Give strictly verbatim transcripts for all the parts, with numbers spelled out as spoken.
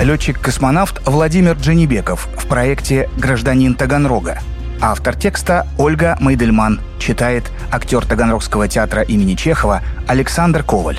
летчик-космонавт Владимир Джанибеков в проекте «Гражданин Таганрога». Автор текста Ольга Мейдельман. Читает актер Таганрогского театра имени Чехова Александр Коваль.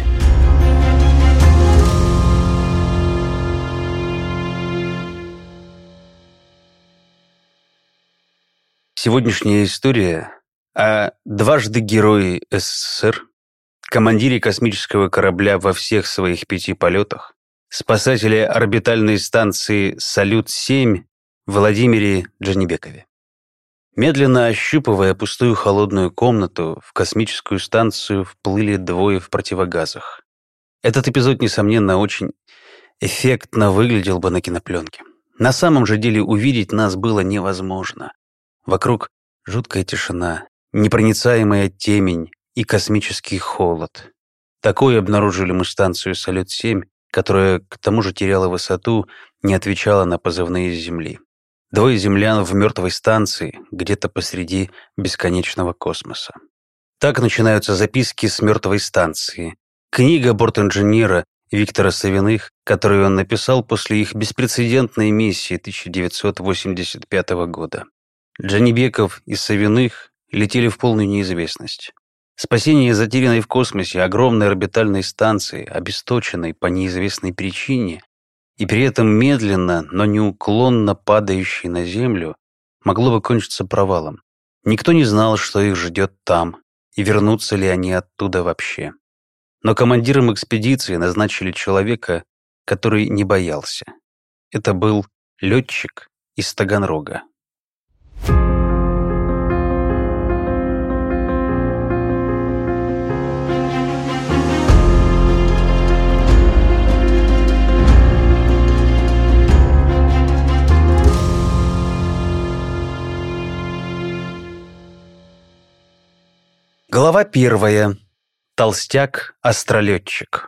Сегодняшняя история о дважды герое СССР, командире космического корабля во всех своих пяти полетах, спасателе орбитальной станции «Салют-семь» Владимире Джанибекове. Медленно ощупывая пустую холодную комнату, в космическую станцию вплыли двое в противогазах. Этот эпизод, несомненно, очень эффектно выглядел бы на кинопленке. На самом же деле увидеть нас было невозможно. Вокруг жуткая тишина, непроницаемая темень и космический холод. Такой обнаружили мы станцию «Салют-семь», которая к тому же теряла высоту, не отвечала на позывные с Земли. Двое землян в мертвой станции, где-то посреди бесконечного космоса. Так начинаются записки с мертвой станции. Книга бортинженера Виктора Савиных, которую он написал после их беспрецедентной миссии тысяча девятьсот восемьдесят пятого года. Джанибеков и Савиных летели в полную неизвестность. Спасение затерянной в космосе огромной орбитальной станции, обесточенной по неизвестной причине, и при этом медленно, но неуклонно падающей на Землю, могло бы кончиться провалом. Никто не знал, что их ждет там, и вернутся ли они оттуда вообще. Но командиром экспедиции назначили человека, который не боялся. Это был летчик из Таганрога. Глава первая. Толстяк-астролетчик.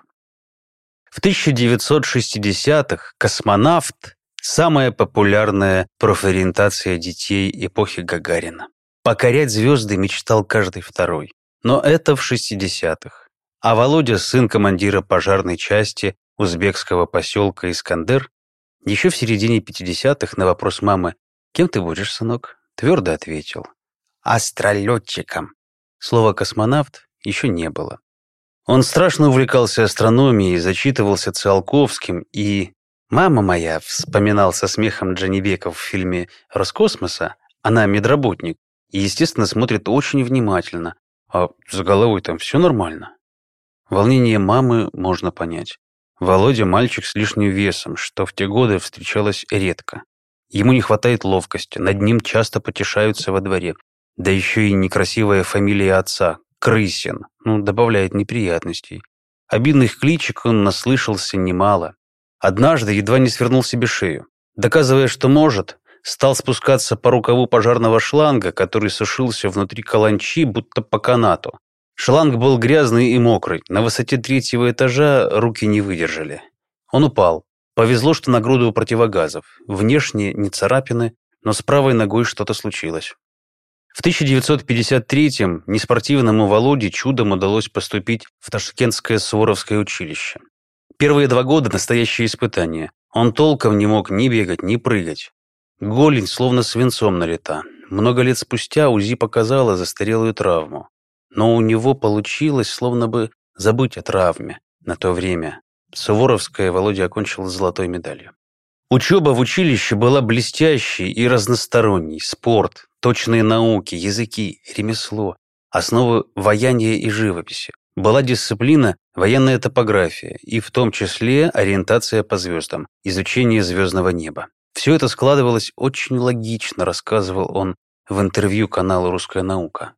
В тысяча девятьсот шестидесятых космонавт – самая популярная профориентация детей эпохи Гагарина. Покорять звезды мечтал каждый второй. Но это в шестидесятых. А Володя, сын командира пожарной части узбекского поселка Искандер, еще в середине пятидесятых на вопрос мамы «Кем ты будешь, сынок?» твердо ответил «Астролетчиком». Слова «космонавт» еще не было. Он страшно увлекался астрономией, зачитывался Циолковским, и «мама моя», вспоминал со смехом Джанибеков в фильме «Роскосмоса», она медработник и, естественно, смотрит очень внимательно, а за головой там все нормально. Волнение мамы можно понять. Володя – мальчик с лишним весом, что в те годы встречалось редко. Ему не хватает ловкости, над ним часто потешаются во дворе. Да еще и некрасивая фамилия отца – Крысин, ну, добавляет неприятностей. Обидных кличек он наслышался немало. Однажды едва не свернул себе шею. Доказывая, что может, стал спускаться по рукаву пожарного шланга, который сушился внутри каланчи, будто по канату. Шланг был грязный и мокрый, на высоте третьего этажа руки не выдержали. Он упал. Повезло, что на груду противогазов. Внешне не царапины, но с правой ногой что-то случилось. В тысяча девятьсот пятьдесят третьем неспортивному Володе чудом удалось поступить в Ташкентское Суворовское училище. Первые два года – настоящее испытание. Он толком не мог ни бегать, ни прыгать. Голень словно свинцом налита. Много лет спустя УЗИ показала застарелую травму. Но у него получилось словно бы забыть о травме на то время. Суворовское Володя окончил с золотой медалью. Учеба в училище была блестящей и разносторонней. Спорт, точные науки, языки, ремесло, основы ваяния и живописи. Была дисциплина военная топография и в том числе ориентация по звездам, изучение звездного неба. Все это складывалось очень логично, рассказывал он в интервью каналу «Русская наука».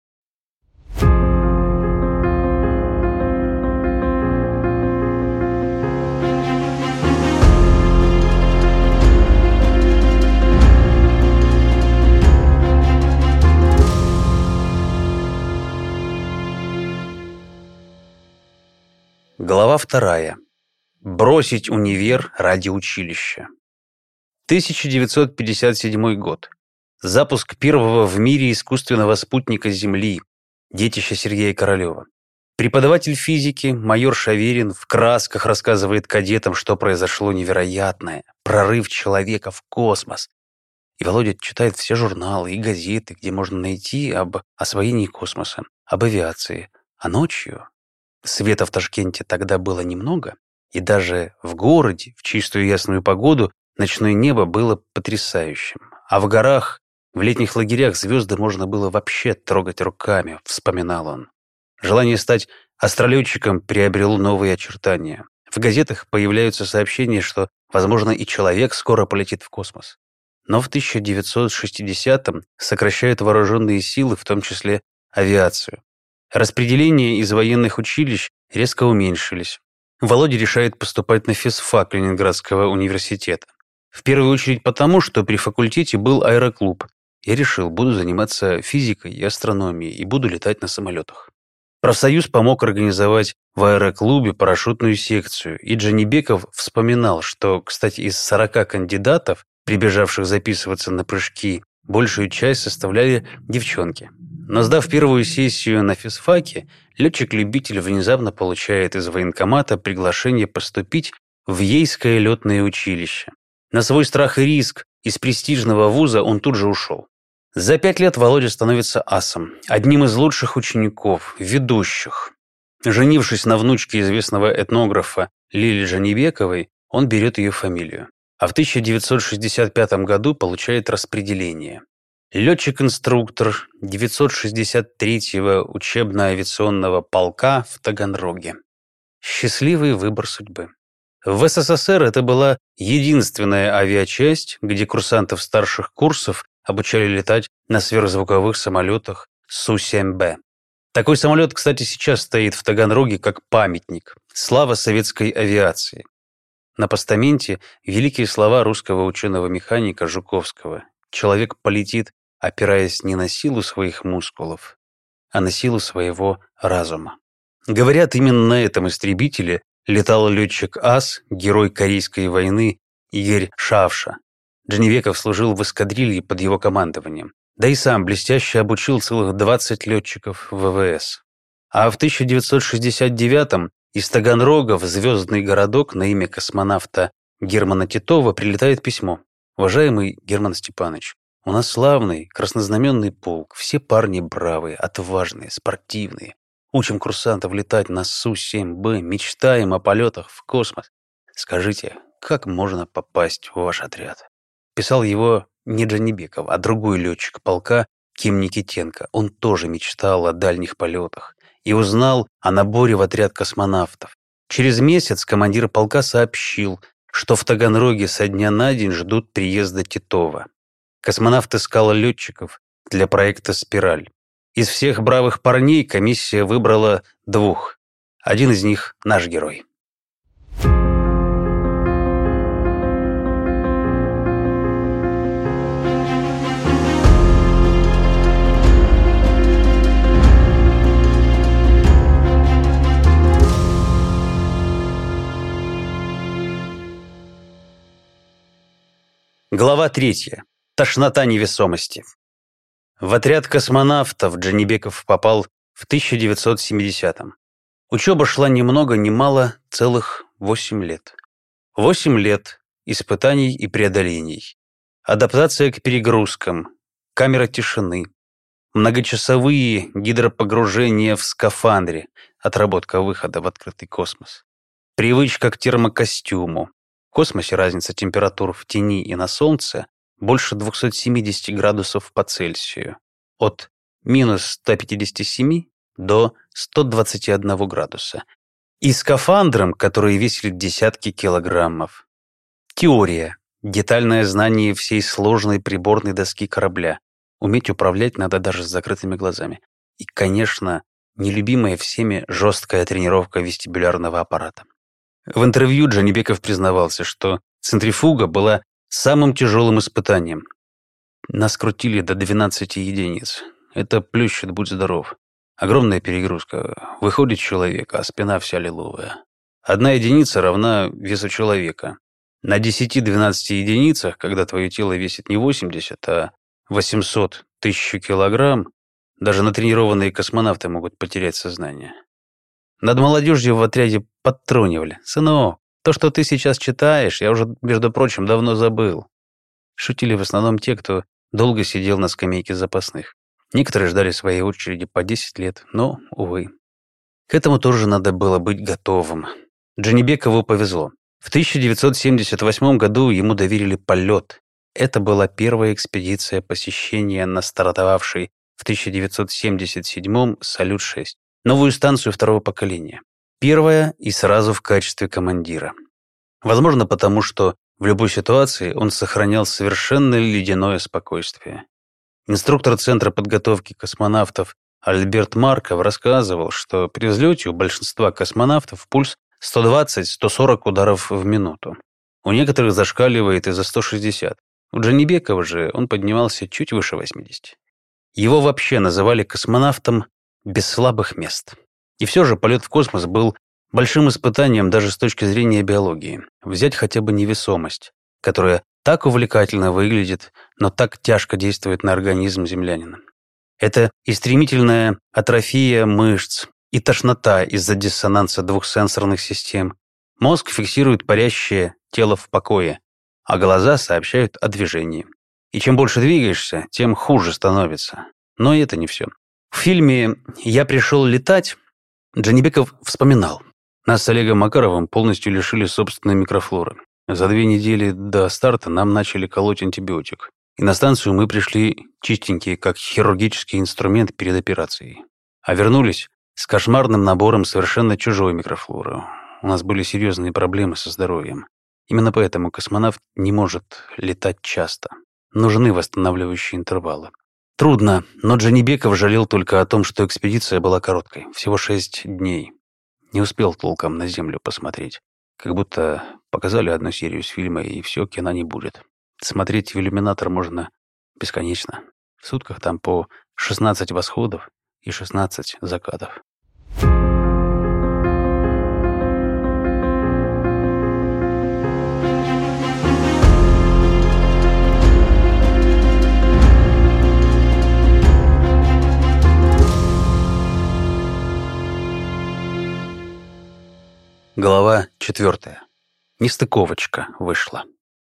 Глава вторая. Бросить универ ради училища. тысяча девятьсот пятьдесят седьмой год. Запуск первого в мире искусственного спутника Земли, детища Сергея Королева. Преподаватель физики, майор Шаверин, в красках рассказывает кадетам, что произошло невероятное. Прорыв человека в космос. И Володя читает все журналы и газеты, где можно найти об освоении космоса, об авиации. А ночью света в Ташкенте тогда было немного, и даже в городе, в чистую ясную погоду, ночное небо было потрясающим. А в горах, в летних лагерях звезды можно было вообще трогать руками, вспоминал он. Желание стать астролетчиком приобрело новые очертания. В газетах появляются сообщения, что, возможно, и человек скоро полетит в космос. Но в тысяча девятьсот шестидесятом сокращают вооруженные силы, в том числе авиацию. Распределения из военных училищ резко уменьшились. Володя решает поступать на физфак Ленинградского университета. В первую очередь потому, что при факультете был аэроклуб. Я решил, буду заниматься физикой и астрономией и буду летать на самолетах. Профсоюз помог организовать в аэроклубе парашютную секцию, и Джанибеков вспоминал, что, кстати, из сорока кандидатов, прибежавших записываться на прыжки, большую часть составляли девчонки. Но сдав первую сессию на физфаке, летчик-любитель внезапно получает из военкомата приглашение поступить в Ейское летное училище. На свой страх и риск из престижного вуза он тут же ушел. За пять лет Володя становится асом, одним из лучших учеников, ведущих. Женившись на внучке известного этнографа Лили Джанибековой, он берет ее фамилию. А в тысяча девятьсот шестьдесят пятом году получает распределение. Летчик-инструктор девятьсот шестьдесят третьего учебно-авиационного полка в Таганроге. Счастливый выбор судьбы. В СССР это была единственная авиачасть, где курсантов старших курсов обучали летать на сверхзвуковых самолетах Су семь Бэ. Такой самолет, кстати, сейчас стоит в Таганроге как памятник. Слава советской авиации. На постаменте великие слова русского ученого-механика Жуковского. Человек полетит, опираясь не на силу своих мускулов, а на силу своего разума. Говорят, именно на этом истребителе летал летчик-ас, герой Корейской войны Игорь Шавша. Джанибеков служил в эскадрилье под его командованием. Да и сам блестяще обучил целых двадцать летчиков вэ вэ эс. А в тысяча девятьсот шестьдесят девятом из Таганрога в звездный городок на имя космонавта Германа Титова прилетает письмо. «Уважаемый Герман Степанович, у нас славный, краснознаменный полк, все парни бравые, отважные, спортивные. Учим курсантов летать на Су семь Бэ, мечтаем о полетах в космос. Скажите, как можно попасть в ваш отряд?» Писал его не Джанибеков, а другой летчик полка Ким Никитенко. Он тоже мечтал о дальних полетах и узнал о наборе в отряд космонавтов. Через месяц командир полка сообщил, что в Таганроге со дня на день ждут приезда Титова. Космонавт искал летчиков для проекта «Спираль». Из всех бравых парней комиссия выбрала двух. Один из них – наш герой. Глава третья. Тошнота невесомости. В отряд космонавтов Джанибеков попал в тысяча девятьсот семидесятом. Учеба шла ни много ни мало целых восемь лет. Восемь лет испытаний и преодолений. Адаптация к перегрузкам, камера тишины, многочасовые гидропогружения в скафандре, отработка выхода в открытый космос, привычка к термокостюму. В космосе разница температур в тени и на Солнце больше двухсот семидесяти градусов по Цельсию, от минус ста пятидесяти семи до ста двадцати одного градуса, и скафандрам, которые весили десятки килограммов. Теория. Детальное знание всей сложной приборной доски корабля. Уметь управлять надо даже с закрытыми глазами. И, конечно, нелюбимая всеми жесткая тренировка вестибулярного аппарата. В интервью Джанибеков признавался, что центрифуга была самым тяжелым испытанием. Нас крутили до двенадцати единиц. Это плющит, будь здоров. Огромная перегрузка. Выходит человек, а спина вся лиловая. Одна единица равна весу человека. На десяти-двенадцати единицах, когда твое тело весит не восемьдесят, а восемьсот тысяч килограмм, даже натренированные космонавты могут потерять сознание. Над молодежью в отряде подтрунивали. «Сынок, то, что ты сейчас читаешь, я уже, между прочим, давно забыл». Шутили в основном те, кто долго сидел на скамейке запасных. Некоторые ждали своей очереди по десять лет, но, увы. К этому тоже надо было быть готовым. Джанибекову повезло. В тысяча девятьсот семьдесят восьмом году ему доверили полет. Это была первая экспедиция посещения на стартовавшей в тысяча девятьсот семьдесят седьмом Салют-шесть, новую станцию второго поколения. Первая и сразу в качестве командира. Возможно, потому что в любой ситуации он сохранял совершенно ледяное спокойствие. Инструктор Центра подготовки космонавтов Альберт Марков рассказывал, что при взлете у большинства космонавтов пульс сто двадцать - сто сорок ударов в минуту. У некоторых зашкаливает и за сто шестьдесят. У Джанибекова же он поднимался чуть выше восьмидесяти. Его вообще называли космонавтом без слабых мест. И все же полет в космос был большим испытанием даже с точки зрения биологии. Взять хотя бы невесомость, которая так увлекательно выглядит, но так тяжко действует на организм землянина. Это и стремительная атрофия мышц, и тошнота из-за диссонанса двух сенсорных систем. Мозг фиксирует парящее тело в покое, а глаза сообщают о движении. И чем больше двигаешься, тем хуже становится. Но и это не все. В фильме «Я пришел летать» Джанибеков вспоминал. Нас с Олегом Макаровым полностью лишили собственной микрофлоры. За две недели до старта нам начали колоть антибиотик. И на станцию мы пришли чистенькие, как хирургический инструмент перед операцией. А вернулись с кошмарным набором совершенно чужой микрофлоры. У нас были серьезные проблемы со здоровьем. Именно поэтому космонавт не может летать часто. Нужны восстанавливающие интервалы. Трудно, но Джанибеков жалел только о том, что экспедиция была короткой, всего шесть дней. Не успел толком на Землю посмотреть. Как будто показали одну серию с фильма, и все, кино не будет. Смотреть в иллюминатор можно бесконечно. В сутках там по шестнадцать восходов и шестнадцать закатов. Глава четвертая. Нестыковочка вышла.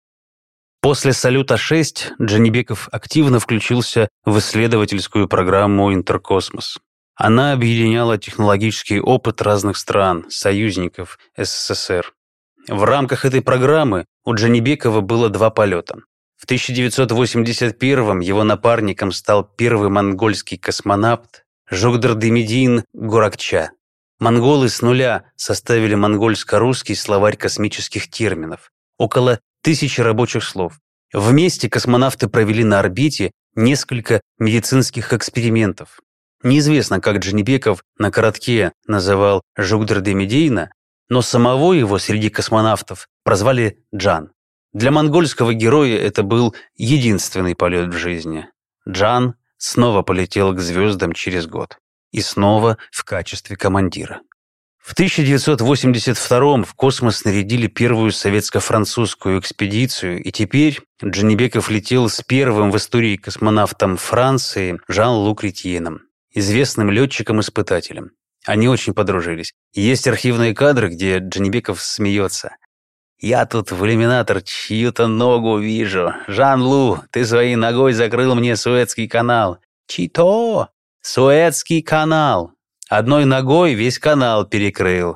После «Салюта-шесть» Джанибеков активно включился в исследовательскую программу «Интеркосмос». Она объединяла технологический опыт разных стран, союзников СССР. В рамках этой программы у Джанибекова было два полета. В тысяча девятьсот восемьдесят первом его напарником стал первый монгольский космонавт Жогдардемидин Горакча. Монголы с нуля составили монгольско-русский словарь космических терминов. Около тысячи рабочих слов. Вместе космонавты провели на орбите несколько медицинских экспериментов. Неизвестно, как Джанибеков на коротке называл Жогдардемидина, но самого его среди космонавтов прозвали Джан. Для монгольского героя это был единственный полет в жизни. Джан снова полетел к звездам через год. И снова в качестве командира. В тысяча девятьсот восемьдесят втором в космос нарядили первую советско-французскую экспедицию, и теперь Джанибеков летел с первым в истории космонавтом Франции Жан-Люк Ретьеном, известным летчиком-испытателем. Они очень подружились. Есть архивные кадры, где Джанибеков смеется. «Я тут в иллюминатор чью-то ногу вижу. Жан-Лу, ты своей ногой закрыл мне Суэцкий канал». «Чито? Суэцкий канал. Одной ногой весь канал перекрыл».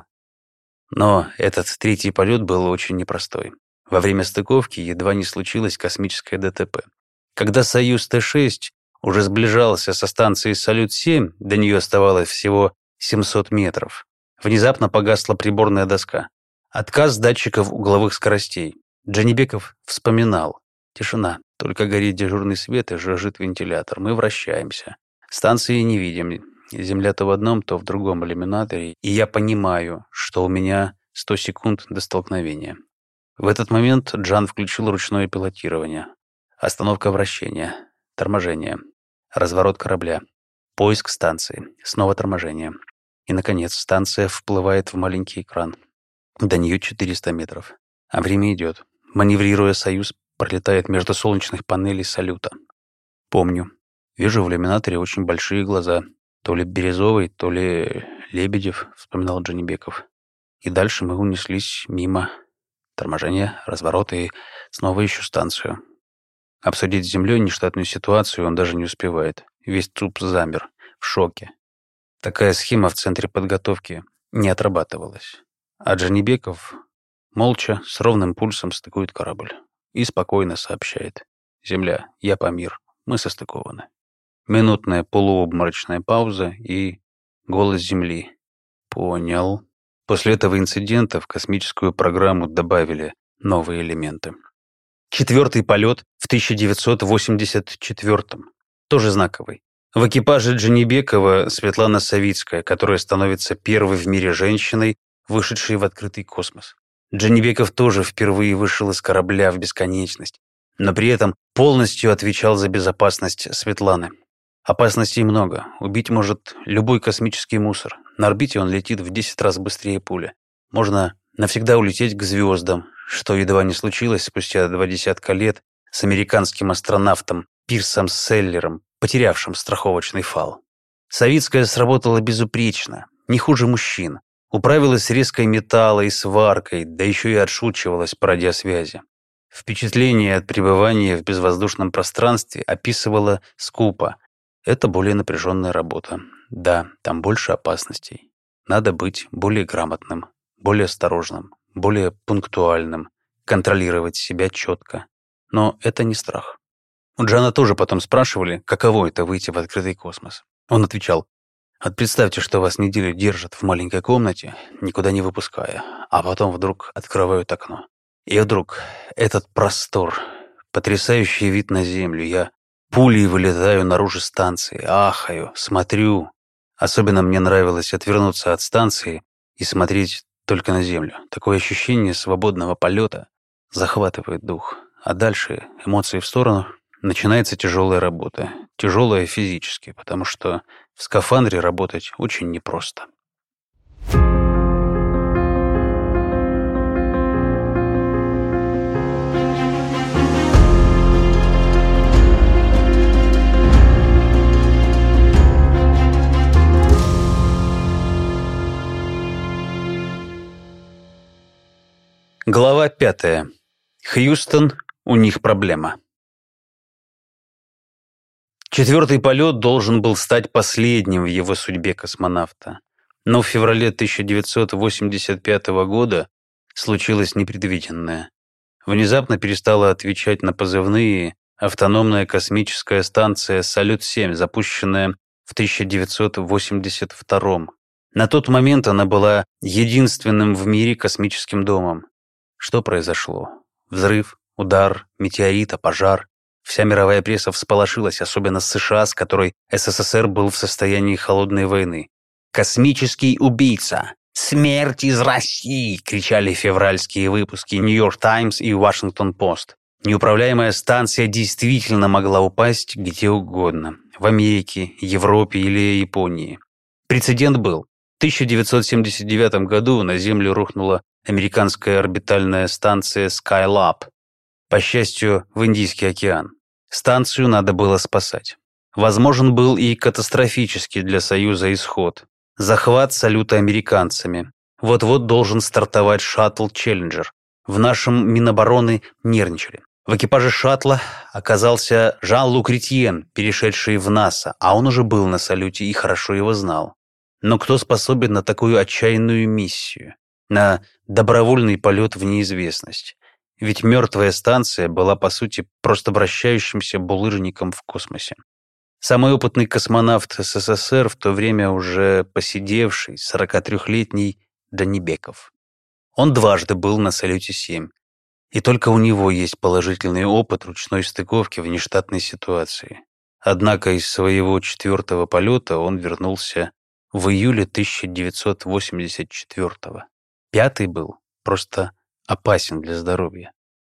Но этот третий полет был очень непростой. Во время стыковки едва не случилось космическое ДТП. Когда «Союз-Т шесть» уже сближался со станцией «Салют-семь», до нее оставалось всего семьсот метров, внезапно погасла приборная доска. Отказ датчиков угловых скоростей. Джанибеков вспоминал. Тишина. Только горит дежурный свет и жужжит вентилятор. Мы вращаемся. Станции не видим. Земля то в одном, то в другом иллюминаторе. И я понимаю, что у меня сто секунд до столкновения. В этот момент Джан включил ручное пилотирование. Остановка вращения. Торможение. Разворот корабля. Поиск станции. Снова торможение. И, наконец, станция вплывает в маленький экран. До нее четыреста метров. А время идет. Маневрируя, «Союз» пролетает между солнечных панелей «Салюта». Помню. Вижу в иллюминаторе очень большие глаза. То ли бирюзовый, то ли Лебедев», — вспоминал Джанибеков. «И дальше мы унеслись мимо. Торможение, разворот и снова ищу станцию. Обсудить с землей нештатную ситуацию он даже не успевает. Весь ЦУП замер, в шоке. Такая схема в центре подготовки не отрабатывалась. А Джанибеков молча, с ровным пульсом стыкует корабль и спокойно сообщает: «Земля, я Памир, мы состыкованы». Минутная полуобморочная пауза и голос Земли: «Понял». После этого инцидента в космическую программу добавили новые элементы. Четвертый полет в тысяча девятьсот восемьдесят четвёртом. Тоже знаковый. В экипаже Джанибекова Светлана Савицкая, которая становится первой в мире женщиной, вышедшей в открытый космос. Джанибеков тоже впервые вышел из корабля в бесконечность, но при этом полностью отвечал за безопасность Светланы. Опасностей много. Убить может любой космический мусор. На орбите он летит в десять раз быстрее пули. Можно навсегда улететь к звездам, что едва не случилось спустя два десятка лет с американским астронавтом Пирсом Селлером, потерявшим страховочный фал. Савицкая сработала безупречно, не хуже мужчин. Управилась с резкой металла и сваркой, да еще и отшучивалась по радиосвязи. Впечатление от пребывания в безвоздушном пространстве описывала скупо. Это более напряженная работа. Да, там больше опасностей. Надо быть более грамотным, более осторожным, более пунктуальным, контролировать себя четко. Но это не страх. У Джана тоже потом спрашивали, каково это выйти в открытый космос. Он отвечал: «Вот представьте, что вас неделю держат в маленькой комнате, никуда не выпуская, а потом вдруг открывают окно. И вдруг этот простор, потрясающий вид на Землю, я пулей вылетаю наружу станции, ахаю, смотрю. Особенно мне нравилось отвернуться от станции и смотреть только на Землю. Такое ощущение свободного полета захватывает дух. А дальше эмоции в сторону». Начинается тяжелая работа. Тяжелая физически, потому что в скафандре работать очень непросто. Глава пятая. Хьюстон, у них проблема. Четвертый полет должен был стать последним в его судьбе космонавта. Но в феврале тысяча девятьсот восемьдесят пятого года случилось непредвиденное. Внезапно перестала отвечать на позывные автономная космическая станция «Салют-семь», запущенная в тысяча девятьсот восемьдесят втором. На тот момент она была единственным в мире космическим домом. Что произошло? Взрыв, удар, метеорита, пожар. Вся мировая пресса всполошилась, особенно США, с которой СССР был в состоянии холодной войны. «Космический убийца! Смерть из России!» — кричали февральские выпуски «Нью-Йорк Таймс» и «Вашингтон Пост». Неуправляемая станция действительно могла упасть где угодно — в Америке, Европе или Японии. Прецедент был. В тысяча девятьсот семьдесят девятом году на Землю рухнула американская орбитальная станция Skylab. По счастью, в Индийский океан. Станцию надо было спасать. Возможен был и катастрофический для Союза исход. Захват Салюта американцами. Вот-вот должен стартовать шаттл «Челленджер». В нашем Минобороны нервничали. В экипаже шаттла оказался Жан-Люк Ретьен, перешедший в НАСА, а он уже был на Салюте и хорошо его знал. Но кто способен на такую отчаянную миссию? На добровольный полет в неизвестность? Ведь мертвая станция была, по сути, просто вращающимся булыжником в космосе. Самый опытный космонавт СССР, в то время уже посидевший, сорокатрёхлетний Джанибеков. Он дважды был на Салюте-семь. И только у него есть положительный опыт ручной стыковки в нештатной ситуации. Однако из своего четвертого полета он вернулся в июле тысяча девятьсот восемьдесят четвёртого. Пятый был просто опасен для здоровья.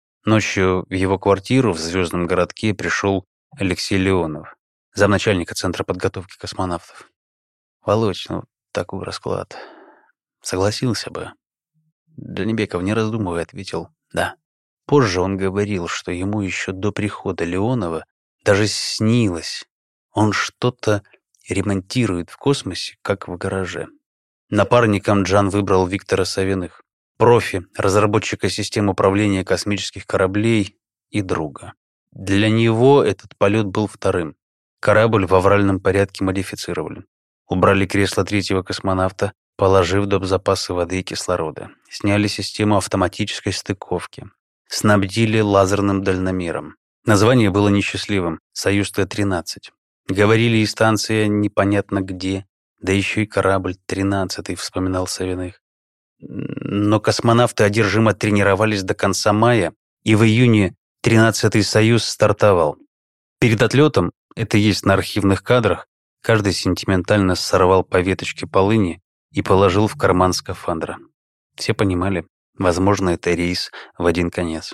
Ночью в его квартиру в звездном городке пришел Алексей Леонов, замначальника Центра подготовки космонавтов. «Володь, ну такой расклад. Согласился бы?» Джанибеков, не раздумывая, ответил «да». Позже он говорил, что ему еще до прихода Леонова даже снилось. Он что-то ремонтирует в космосе, как в гараже. Напарником Джан выбрал Виктора Савиных, профи, разработчика систем управления космических кораблей и друга. Для него этот полет был вторым. Корабль в авральном порядке модифицировали. Убрали кресло третьего космонавта, положив доп. Запасы воды и кислорода. Сняли систему автоматической стыковки. Снабдили лазерным дальномером. Название было несчастливым – «Союз Т тринадцать». Говорили, и станция непонятно где, да еще и корабль тринадцатый, вспоминал Савиных. Но космонавты одержимо тренировались до конца мая, и в июне тринадцатый «Союз» стартовал. Перед отлетом, это есть на архивных кадрах, каждый сентиментально сорвал по веточке полыни и положил в карман скафандра. Все понимали, возможно, это рейс в один конец.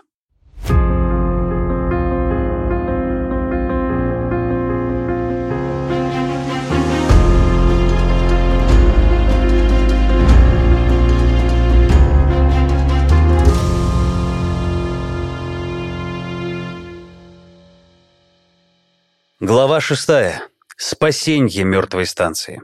Глава шестая. Спасенье мертвой станции.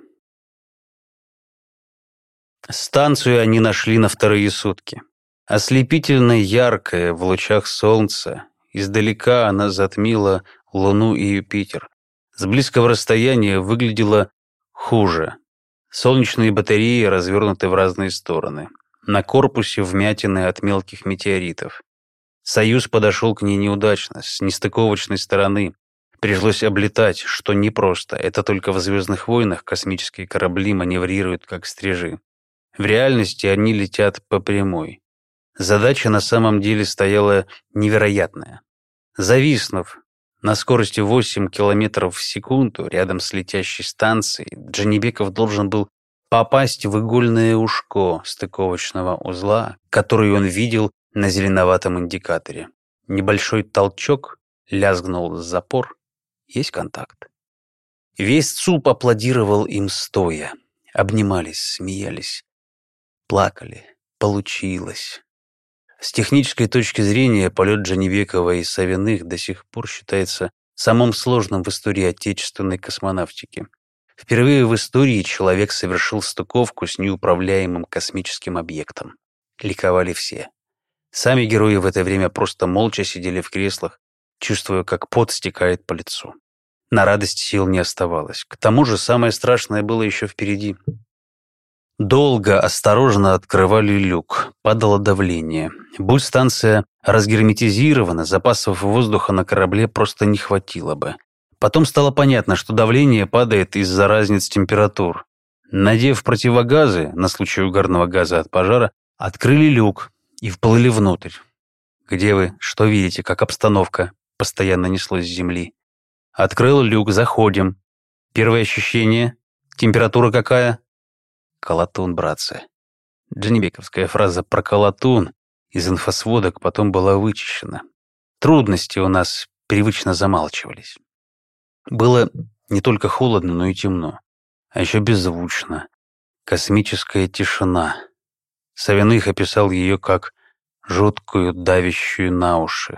Станцию они нашли на вторые сутки. Ослепительно яркая, в лучах солнца. Издалека она затмила Луну и Юпитер. С близкого расстояния выглядела хуже. Солнечные батареи развернуты в разные стороны. На корпусе вмятины от мелких метеоритов. «Союз» подошел к ней неудачно, с нестыковочной стороны. Пришлось облетать, что непросто. Это только в «Звездных войнах» космические корабли маневрируют как стрижи. В реальности они летят по прямой. Задача на самом деле стояла невероятная. Зависнув на скорости восемь километров в секунду рядом с летящей станцией, Джанибеков должен был попасть в игольное ушко стыковочного узла, который он видел на зеленоватом индикаторе. Небольшой толчок, лязгнул запор. Есть контакт. Весь ЦУП аплодировал им стоя. Обнимались, смеялись, плакали. Получилось. С технической точки зрения полет Джанибекова и Савиных до сих пор считается самым сложным в истории отечественной космонавтики. Впервые в истории человек совершил стыковку с неуправляемым космическим объектом. Ликовали все. Сами герои в это время просто молча сидели в креслах, чувствуя, как пот стекает по лицу. На радость сил не оставалось. К тому же самое страшное было еще впереди. Долго, осторожно открывали люк. Падало давление. Будь станция разгерметизирована, запасов воздуха на корабле просто не хватило бы. Потом стало понятно, что давление падает из-за разниц температур. Надев противогазы, на случай угарного газа от пожара, открыли люк и вплыли внутрь. «Где вы? Что видите? Как обстановка?» Постоянно неслось с земли. Открыл люк, заходим. Первое ощущение. Температура какая? Колотун, братцы. Джанибековская фраза про колотун из инфосводок потом была вычищена. Трудности у нас привычно замалчивались. Было не только холодно, но и темно. А еще беззвучно. Космическая тишина. Савиных описал ее как жуткую, давящую на уши.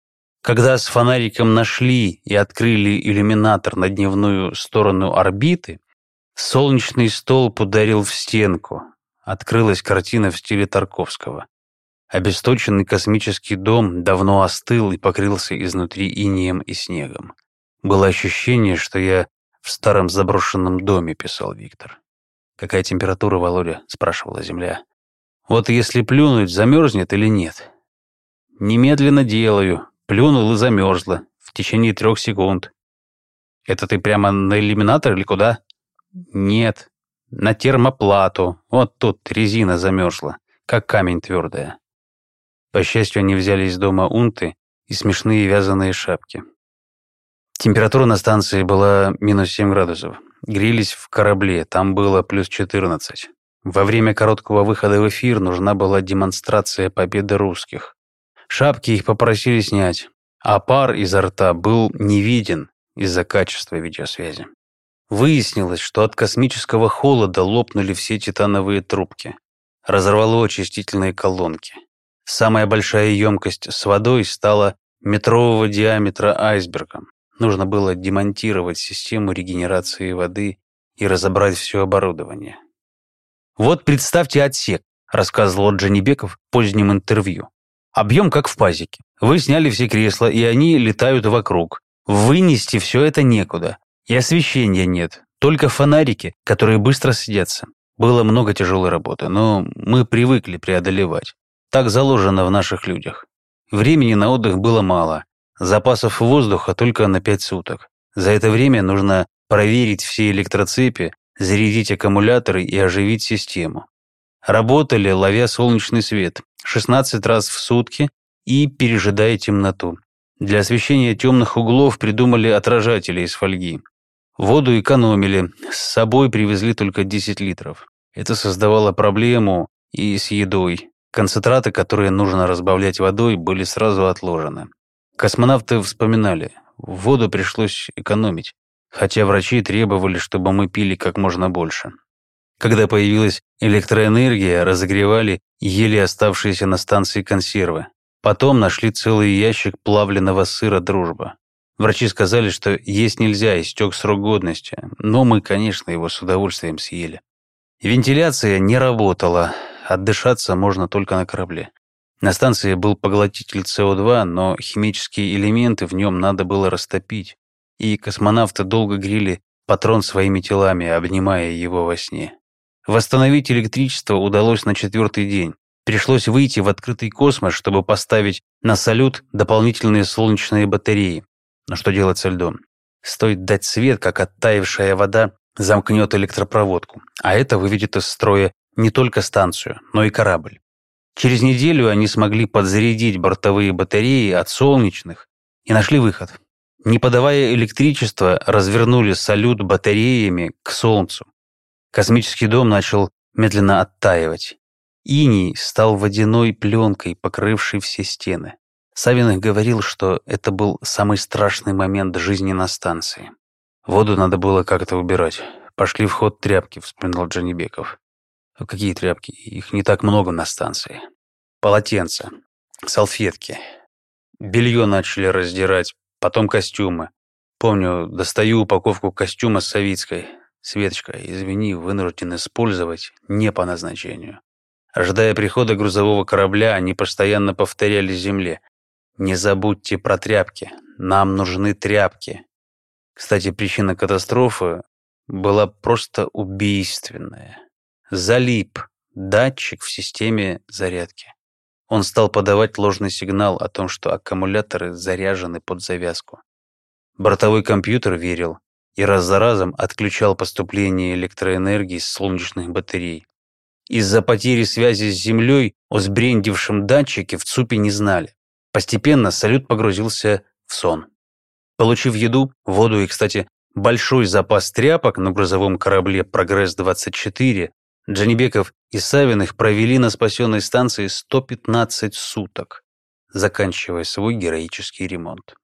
Когда с фонариком нашли и открыли иллюминатор на дневную сторону орбиты, солнечный столб ударил в стенку. Открылась картина в стиле Тарковского. Обесточенный космический дом давно остыл и покрылся изнутри инеем и снегом. Было ощущение, что я в старом заброшенном доме, писал Виктор. «Какая температура, Володя?» – спрашивала Земля. «Вот если плюнуть, замерзнет или нет?» «Немедленно делаю. Плюнул и замерзла. В течение трех секунд». «Это ты прямо на иллюминатор или куда?» «Нет. На термоплату. Вот тут резина замерзла, как камень твердая». По счастью, они взяли из дома унты и смешные вязаные шапки. Температура на станции была минус семь градусов. Грелись в корабле, там было плюс четырнадцать. Во время короткого выхода в эфир нужна была демонстрация победы русских. Шапки их попросили снять, а пар изо рта был не виден из-за качества видеосвязи. Выяснилось, что от космического холода лопнули все титановые трубки. Разорвало очистительные колонки. Самая большая емкость с водой стала метрового диаметра айсбергом. Нужно было демонтировать систему регенерации воды и разобрать все оборудование. «Вот представьте отсек», — рассказывал Джанибеков в позднем интервью. «Объем как в пазике. Вы сняли все кресла, и они летают вокруг. Вынести все это некуда. И освещения нет, только фонарики, которые быстро садятся. Было много тяжелой работы, но мы привыкли преодолевать. Так заложено в наших людях. Времени на отдых было мало. Запасов воздуха только на пять суток. За это время нужно проверить все электроцепи, зарядить аккумуляторы и оживить систему. Работали, ловя солнечный свет, шестнадцать раз в сутки и пережидая темноту. Для освещения темных углов придумали отражатели из фольги. Воду экономили, с собой привезли только десять литров. Это создавало проблему и с едой. Концентраты, которые нужно разбавлять водой, были сразу отложены. Космонавты вспоминали, воду пришлось экономить, хотя врачи требовали, чтобы мы пили как можно больше. Когда появилась электроэнергия, разогревали и ели оставшиеся на станции консервы. Потом нашли целый ящик плавленного сыра «Дружба». Врачи сказали, что есть нельзя, истек срок годности, но мы, конечно, его с удовольствием съели. Вентиляция не работала, отдышаться можно только на корабле. На станции был поглотитель С О два, но химические элементы в нем надо было растопить, и космонавты долго грели патрон своими телами, обнимая его во сне. Восстановить электричество удалось на четвертый день. Пришлось выйти в открытый космос, чтобы поставить на салют дополнительные солнечные батареи. Но что делать со льдом? Стоит дать свет, как оттаившая вода замкнет электропроводку, а это выведет из строя не только станцию, но и корабль. Через неделю они смогли подзарядить бортовые батареи от солнечных и нашли выход. Не подавая электричество, развернули салют батареями к Солнцу. Космический дом начал медленно оттаивать. Иней стал водяной пленкой, покрывшей все стены. Савиных говорил, что это был самый страшный момент жизни на станции. Воду надо было как-то убирать. Пошли в ход тряпки, вспоминал Джанибеков. Какие тряпки? Их не так много на станции. Полотенца, салфетки. Белье начали раздирать, потом костюмы. Помню, достаю упаковку костюма с Савицкой. Светочка, извини, вынужден использовать не по назначению. Ожидая прихода грузового корабля, они постоянно повторяли земле: «Не забудьте про тряпки. Нам нужны тряпки». Кстати, причина катастрофы была просто убийственная. Залип датчик в системе зарядки. Он стал подавать ложный сигнал о том, что аккумуляторы заряжены под завязку. Бортовой компьютер верил и раз за разом отключал поступление электроэнергии с солнечных батарей. Из-за потери связи с Землей о сбрендившем датчике в ЦУПе не знали. Постепенно салют погрузился в сон. Получив еду, воду и, кстати, большой запас тряпок на грузовом корабле «Прогресс-двадцать четыре», Джанибеков и Савиных провели на спасенной станции сто пятнадцать суток, заканчивая свой героический ремонт.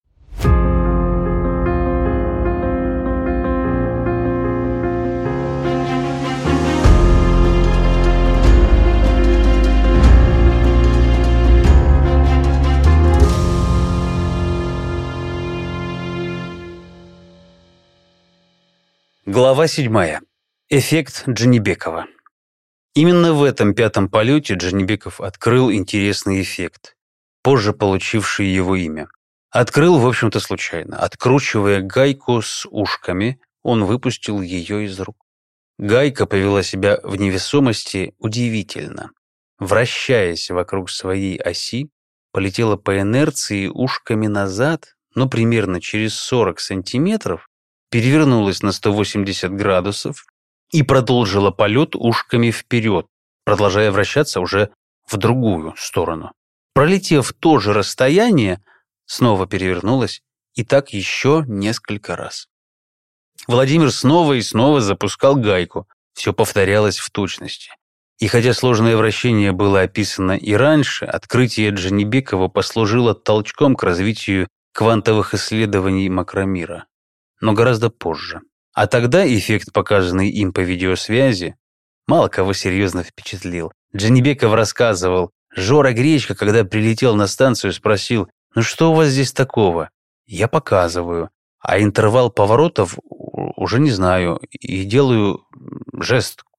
Глава седьмая. Эффект Джанибекова. Именно в этом пятом полете Джанибеков открыл интересный эффект, позже получивший его имя. Открыл, в общем-то, случайно. Откручивая гайку с ушками, он выпустил ее из рук. Гайка повела себя в невесомости удивительно. Вращаясь вокруг своей оси, полетела по инерции ушками назад, но примерно через сорок сантиметров, перевернулась на сто восемьдесят градусов и продолжила полет ушками вперед, продолжая вращаться уже в другую сторону. Пролетев то же расстояние, снова перевернулась, и так еще несколько раз. Владимир снова и снова запускал гайку, все повторялось в точности. И хотя сложное вращение было описано и раньше, открытие Джанибекова послужило толчком к развитию квантовых исследований макромира. Но гораздо позже. А тогда эффект, показанный им по видеосвязи, мало кого серьезно впечатлил. Джанибеков рассказывал: Жора Гречка, когда прилетел на станцию, спросил: «Ну что у вас здесь такого?» Я показываю, а интервал поворотов уже не знаю, и делаю жест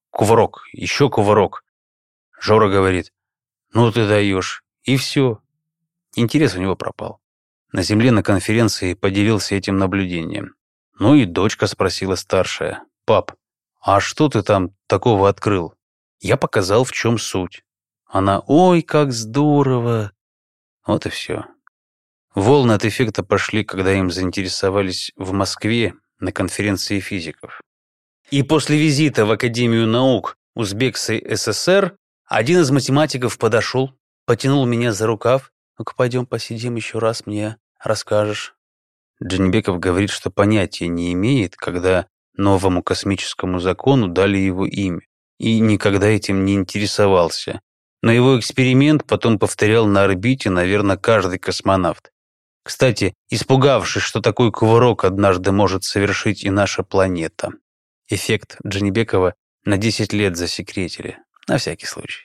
кувырок, еще кувырок. Жора говорит: ну ты даешь. И все. Интерес у него пропал. На земле на конференции поделился этим наблюдением. Ну и дочка спросила старшая: пап, а что ты там такого открыл? Я показал, в чем суть. Она: ой, как здорово. Вот и все. Волны от эффекта пошли, когда им заинтересовались в Москве на конференции физиков. И после визита в Академию наук Узбекской ССР один из математиков подошел, потянул меня за рукав. Ну-ка, пойдем посидим еще раз, мне расскажешь. Джанибеков говорит, что понятия не имеет, когда новому космическому закону дали его имя, и никогда этим не интересовался. Но его эксперимент потом повторял на орбите, наверное, каждый космонавт. Кстати, испугавшись, что такой кувырок однажды может совершить и наша планета. Эффект Джанибекова на десять лет засекретили, на всякий случай.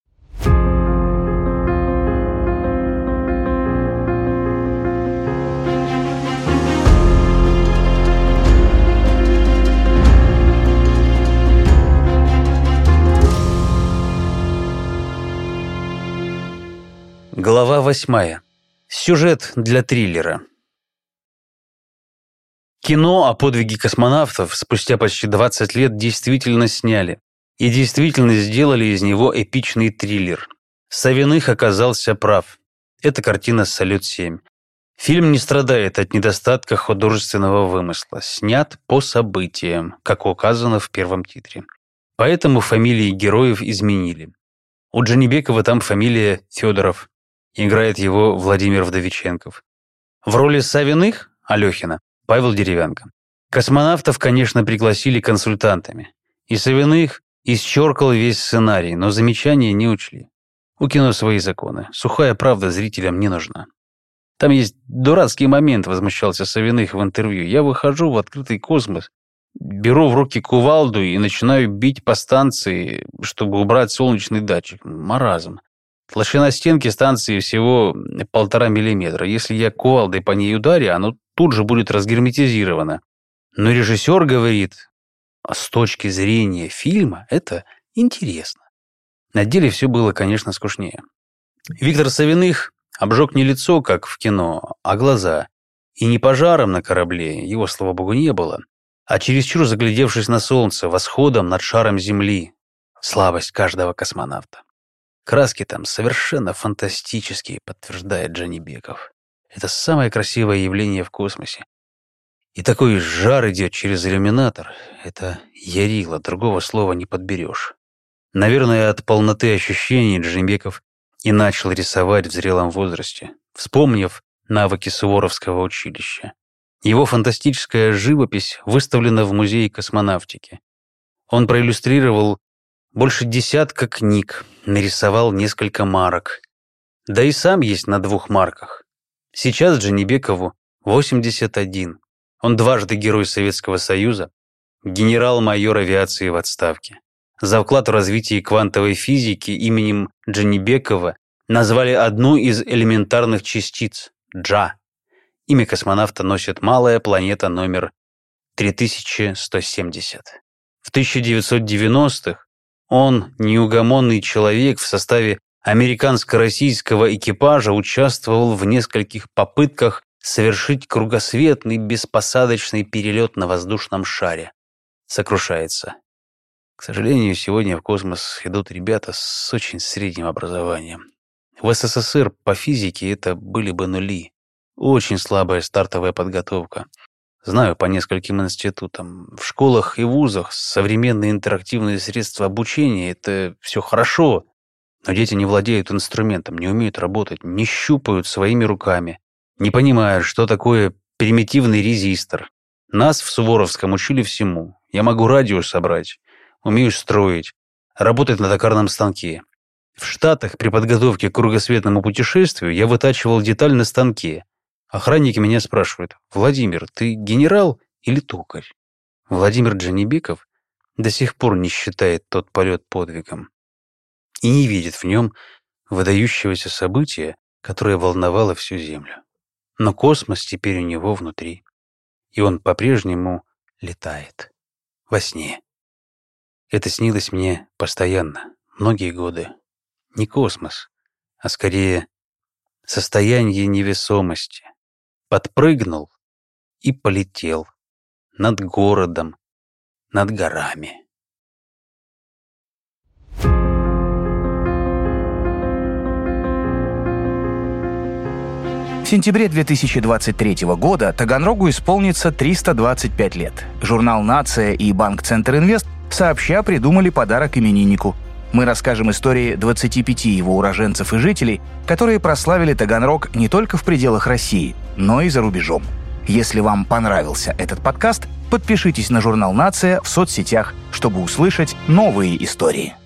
Глава восьмая. Сюжет для триллера. Кино о подвиге космонавтов спустя почти двадцать лет действительно сняли. И действительно сделали из него эпичный триллер. Савиных оказался прав. Это картина «Салют-семь». Фильм не страдает от недостатка художественного вымысла. Снят по событиям, как указано в первом титре. Поэтому фамилии героев изменили. У Джанибекова там фамилия Федоров. Играет его Владимир Вдовиченков. В роли Савиных, Алехина, Павел Деревянко. Космонавтов, конечно, пригласили консультантами. И Савиных исчеркал весь сценарий, но замечания не учли. У кино свои законы. Сухая правда зрителям не нужна. Там есть дурацкий момент, возмущался Савиных в интервью. Я выхожу в открытый космос, беру в руки кувалду и начинаю бить по станции, чтобы убрать солнечный датчик. Маразм. Толщина стенки станции всего полтора миллиметра. Если я кувалдой по ней ударю, оно тут же будет разгерметизировано. Но режиссер говорит, с точки зрения фильма это интересно. На деле все было, конечно, скучнее. Виктор Савиных обжег не лицо, как в кино, а глаза. И не пожаром на корабле, его, слава богу, не было, а чересчур заглядевшись на солнце, восходом над шаром Земли. Слабость каждого космонавта. Краски там совершенно фантастические, подтверждает Джанибеков. Это самое красивое явление в космосе. И такой жар идет через иллюминатор. Это ярило, другого слова не подберешь. Наверное, от полноты ощущений Джанибеков и начал рисовать в зрелом возрасте, вспомнив навыки Суворовского училища. Его фантастическая живопись выставлена в Музее космонавтики. Он проиллюстрировал больше десятка книг, нарисовал несколько марок. Да и сам есть на двух марках. Сейчас Джанибекову восемьдесят один. Он дважды Герой Советского Союза, генерал-майор авиации в отставке. За вклад в развитие квантовой физики именем Джанибекова назвали одну из элементарных частиц – Джа. Имя космонавта носит малая планета номер три тысячи сто семьдесят. В тысяча девятьсот девяностых он, неугомонный человек в составе американско-российского экипажа, участвовал в нескольких попытках совершить кругосветный беспосадочный перелет на воздушном шаре. Сокрушается. К сожалению, сегодня в космос идут ребята с очень средним образованием. В СССР по физике это были бы нули. Очень слабая стартовая подготовка. Знаю по нескольким институтам. В школах и вузах современные интерактивные средства обучения – это все хорошо, но дети не владеют инструментом, не умеют работать, не щупают своими руками, не понимают, что такое примитивный резистор. Нас в Суворовском учили всему. Я могу радио собрать, умею строить, работать на токарном станке. В Штатах при подготовке к кругосветному путешествию я вытачивал деталь на станке. Охранники меня спрашивают: «Владимир, ты генерал или токарь?» Владимир Джанибеков до сих пор не считает тот полет подвигом и не видит в нем выдающегося события, которое волновало всю Землю. Но космос теперь у него внутри, и он по-прежнему летает во сне. Это снилось мне постоянно, многие годы. Не космос, а скорее состояние невесомости. Подпрыгнул и полетел над городом, над горами. В сентябре две тысячи двадцать третьего года Таганрогу исполнится триста двадцать пять лет. Журнал «Нация» и банк «Центр Инвест» сообща придумали подарок имениннику. Мы расскажем истории двадцати пяти его уроженцев и жителей, которые прославили Таганрог не только в пределах России, но и за рубежом. Если вам понравился этот подкаст, подпишитесь на журнал «Нация» в соцсетях, чтобы услышать новые истории.